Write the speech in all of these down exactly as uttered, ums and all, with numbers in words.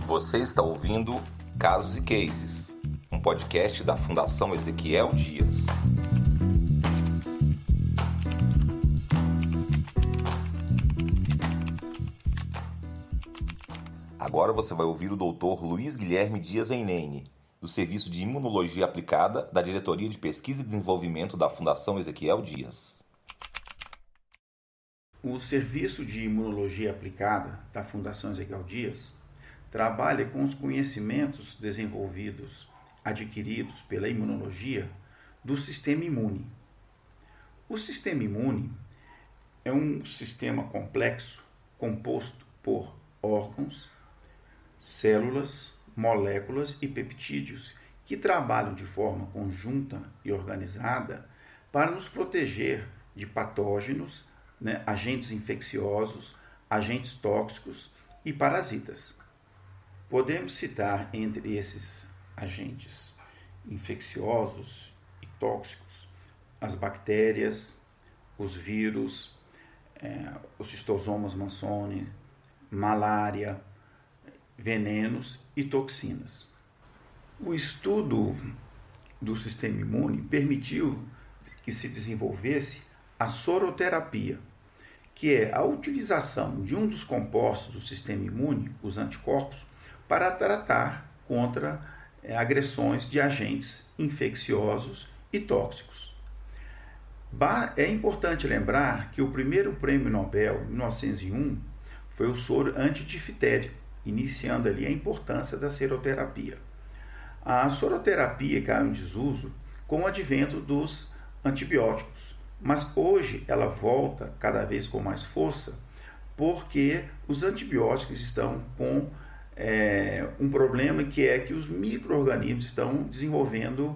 Você está ouvindo Casos e Cases, um podcast da Fundação Ezequiel Dias. Agora você vai ouvir o doutor Luiz Guilherme Dias Einene, do Serviço de Imunologia Aplicada da Diretoria de Pesquisa e Desenvolvimento da Fundação Ezequiel Dias. O Serviço de Imunologia Aplicada da Fundação Ezequiel Dias trabalha com os conhecimentos desenvolvidos, adquiridos pela imunologia do sistema imune. O sistema imune é um sistema complexo composto por órgãos, células, moléculas e peptídeos que trabalham de forma conjunta e organizada para nos proteger de patógenos, né, agentes infecciosos, agentes tóxicos e parasitas. Podemos citar entre esses agentes infecciosos e tóxicos as bactérias, os vírus, é, os cistosomas mansoni, malária, venenos e toxinas. O estudo do sistema imune permitiu que se desenvolvesse a soroterapia, que é a utilização de um dos compostos do sistema imune, os anticorpos, para tratar contra é, agressões de agentes infecciosos e tóxicos. É importante lembrar que o primeiro prêmio Nobel, em mil novecentos e um, foi o soro antidiftério, iniciando ali a importância da seroterapia. A soroterapia caiu em desuso com o advento dos antibióticos, mas hoje ela volta cada vez com mais força porque os antibióticos estão com é, um problema que é que os micro-organismos estão desenvolvendo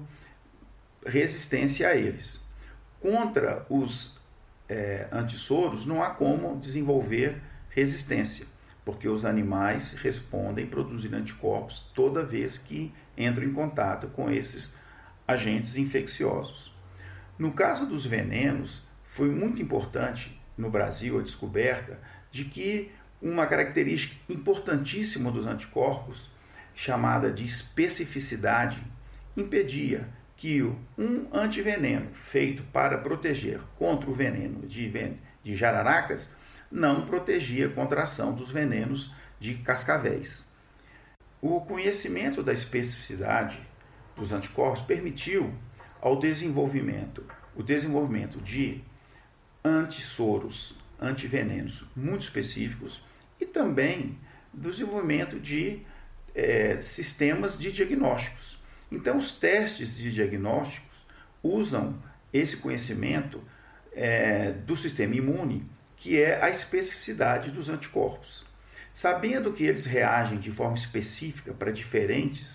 resistência a eles. Contra os é, antissoros não há como desenvolver resistência, porque os animais respondem produzindo anticorpos toda vez que entram em contato com esses agentes infecciosos. No caso dos venenos, foi muito importante no Brasil a descoberta de que uma característica importantíssima dos anticorpos, chamada de especificidade, impedia que um antiveneno feito para proteger contra o veneno de, ven- de jararacas não protegia contra a ação dos venenos de cascavéis. O conhecimento da especificidade dos anticorpos permitiu ao desenvolvimento, o desenvolvimento de antissoros, antivenenos muito específicos e também do desenvolvimento de é, sistemas de diagnósticos. Então, os testes de diagnósticos usam esse conhecimento é, do sistema imune, que é a especificidade dos anticorpos. Sabendo que eles reagem de forma específica para diferentes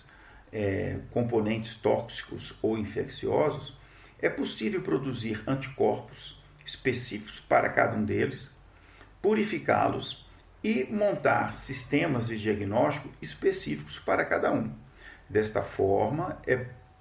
É, componentes tóxicos ou infecciosos, é possível produzir anticorpos específicos para cada um deles, purificá-los e montar sistemas de diagnóstico específicos para cada um. Desta forma, é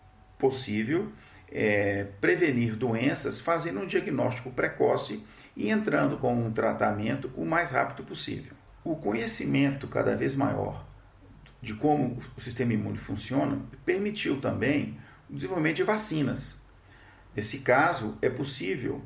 possível é, prevenir doenças fazendo um diagnóstico precoce e entrando com um tratamento o mais rápido possível. O conhecimento cada vez maior de como o sistema imune funciona, permitiu também o desenvolvimento de vacinas. Nesse caso, é possível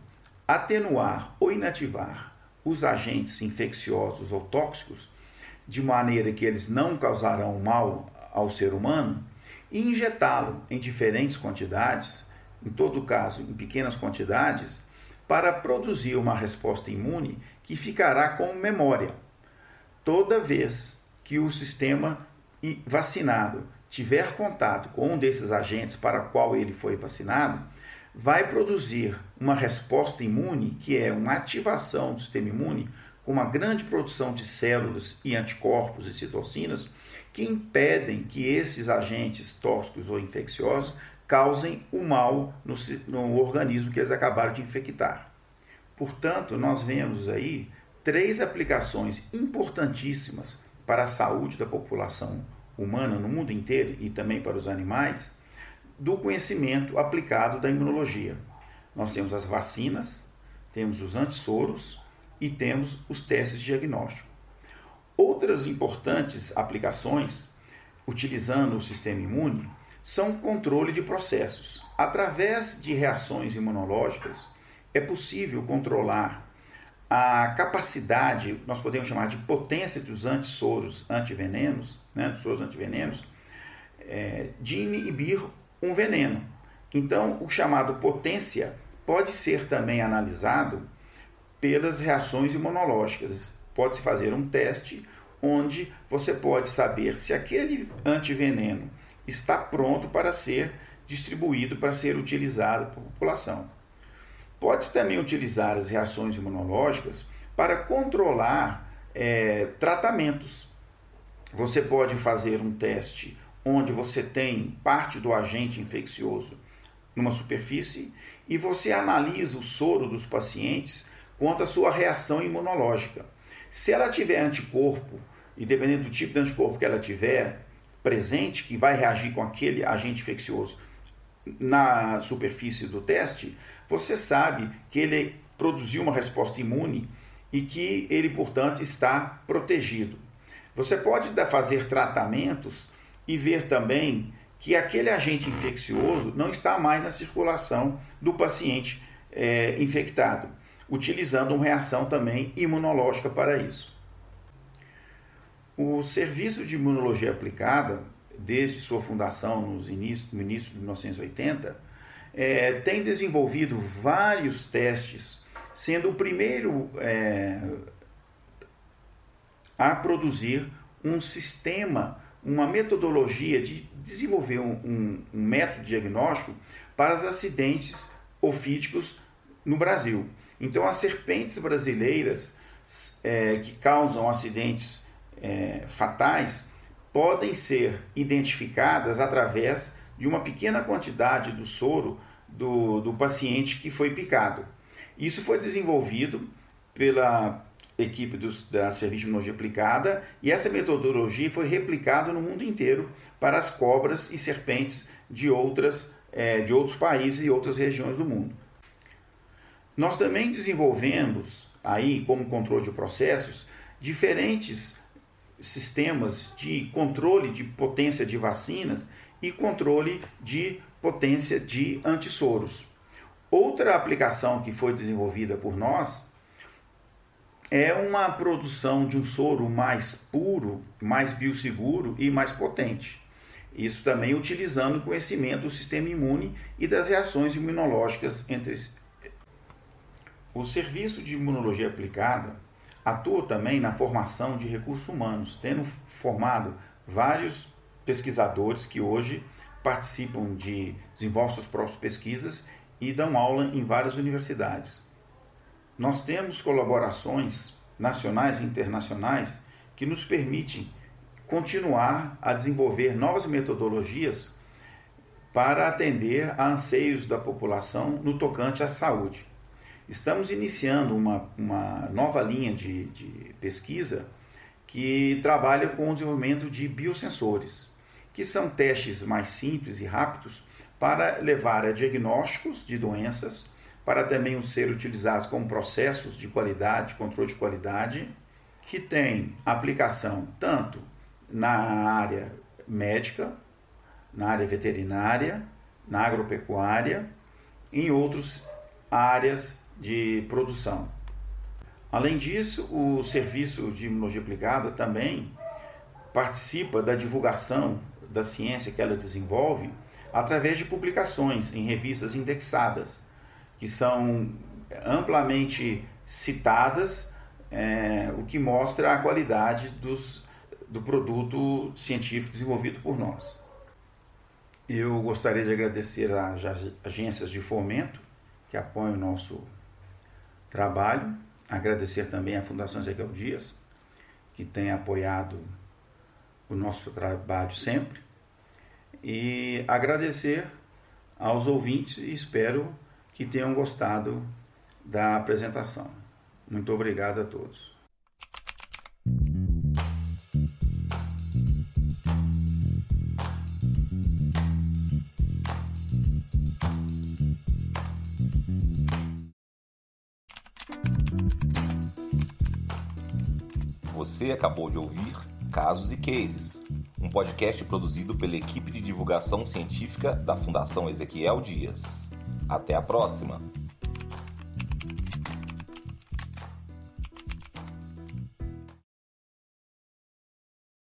atenuar ou inativar os agentes infecciosos ou tóxicos de maneira que eles não causarão mal ao ser humano e injetá-lo em diferentes quantidades, em todo caso em pequenas quantidades, para produzir uma resposta imune que ficará com memória. Toda vez que o sistema e vacinado tiver contato com um desses agentes para o qual ele foi vacinado, vai produzir uma resposta imune, que é uma ativação do sistema imune, com uma grande produção de células e anticorpos e citocinas, que impedem que esses agentes tóxicos ou infecciosos causem o mal no, no organismo que eles acabaram de infectar. Portanto, nós vemos aí três aplicações importantíssimas para a saúde da população humana no mundo inteiro e também para os animais, do conhecimento aplicado da imunologia. Nós temos as vacinas, temos os antissoros e temos os testes de diagnóstico. Outras importantes aplicações, utilizando o sistema imune, são controle de processos. Através de reações imunológicas, é possível controlar a capacidade, nós podemos chamar de potência dos antissoros antivenenos, né, dos soros antivenenos, é, de inibir um veneno. Então, o chamado potência pode ser também analisado pelas reações imunológicas. Pode-se fazer um teste onde você pode saber se aquele antiveneno está pronto para ser distribuído, para ser utilizado pela população. Pode-se também utilizar as reações imunológicas para controlar é, tratamentos. Você pode fazer um teste onde você tem parte do agente infeccioso numa superfície e você analisa o soro dos pacientes quanto à sua reação imunológica. Se ela tiver anticorpo, e dependendo do tipo de anticorpo que ela tiver presente, que vai reagir com aquele agente infeccioso na superfície do teste, você sabe que ele produziu uma resposta imune e que ele, portanto, está protegido. Você pode fazer tratamentos e ver também que aquele agente infeccioso não está mais na circulação do paciente é, infectado, utilizando uma reação também imunológica para isso. O Serviço de Imunologia Aplicada, desde sua fundação nos inícios, no início de mil novecentos e oitenta, é, tem desenvolvido vários testes, sendo o primeiro é, a produzir um sistema, uma metodologia de desenvolver um, um, um método diagnóstico para os acidentes ofídicos no Brasil. Então, as serpentes brasileiras é, que causam acidentes é, fatais podem ser identificadas através de uma pequena quantidade do soro do, do paciente que foi picado. Isso foi desenvolvido pela equipe dos, da Serviço de Imunologia Aplicada e essa metodologia foi replicada no mundo inteiro para as cobras e serpentes de, outras, é, de outros países e outras regiões do mundo. Nós também desenvolvemos, aí, como controle de processos, diferentes sistemas de controle de potência de vacinas e controle de potência de antissoros. Outra aplicação que foi desenvolvida por nós é uma produção de um soro mais puro, mais bioseguro e mais potente. Isso também utilizando o conhecimento do sistema imune e das reações imunológicas entre eles. O Serviço de Imunologia Aplicada atua também na formação de recursos humanos, tendo formado vários pesquisadores que hoje participam de, desenvolvem suas próprias pesquisas e dão aula em várias universidades. Nós temos colaborações nacionais e internacionais que nos permitem continuar a desenvolver novas metodologias para atender a anseios da população no tocante à saúde. Estamos iniciando uma, uma nova linha de, de pesquisa que trabalha com o desenvolvimento de biosensores, que são testes mais simples e rápidos para levar a diagnósticos de doenças, para também ser utilizados como processos de qualidade, controle de qualidade, que tem aplicação tanto na área médica, na área veterinária, na agropecuária e em outras áreas de produção. Além disso, o Serviço de Imunologia Aplicada também participa da divulgação da ciência que ela desenvolve através de publicações em revistas indexadas, que são amplamente citadas, é, o que mostra a qualidade dos, do produto científico desenvolvido por nós. Eu gostaria de agradecer às agências de fomento que apoiam o nosso trabalho, agradecer também à Fundação Ezequiel Dias, que tem apoiado o nosso trabalho sempre, e agradecer aos ouvintes e espero que tenham gostado da apresentação. Muito obrigado a todos. Você acabou de ouvir Casos e Cases, um podcast produzido pela equipe de divulgação científica da Fundação Ezequiel Dias. Até a próxima!